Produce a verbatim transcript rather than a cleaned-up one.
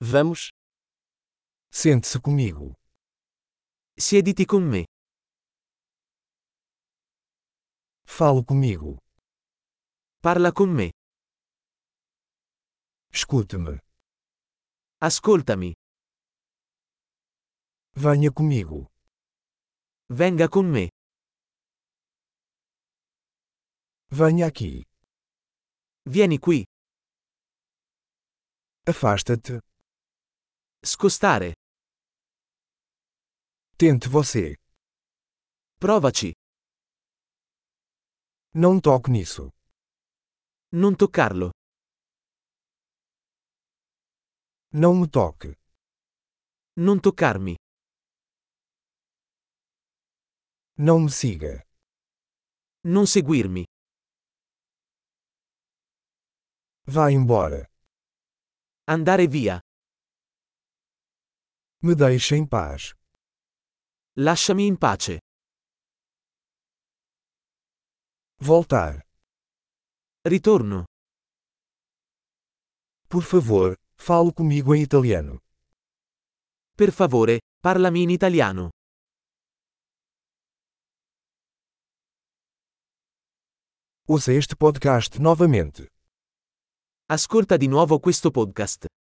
Vamos. Sente-se comigo. Siediti con me. Fale comigo. Parla con me. Escute-me. Ascoltami. Venha comigo. Venga con me. Venha aqui. Vieni qui. Afasta-te. Scostare. Tente você. Provaci. Não toque nisso. Non toccarlo. Não me toque. Non toccarmi. Não me siga. Non seguirmi. Vá embora. Andare via. Me deixe em paz. Lasciami in pace. Voltar. Ritorno. Por favor, fale comigo em italiano. Per favore, parlami in italiano. Ouça este podcast novamente. Ascolta di nuovo questo podcast.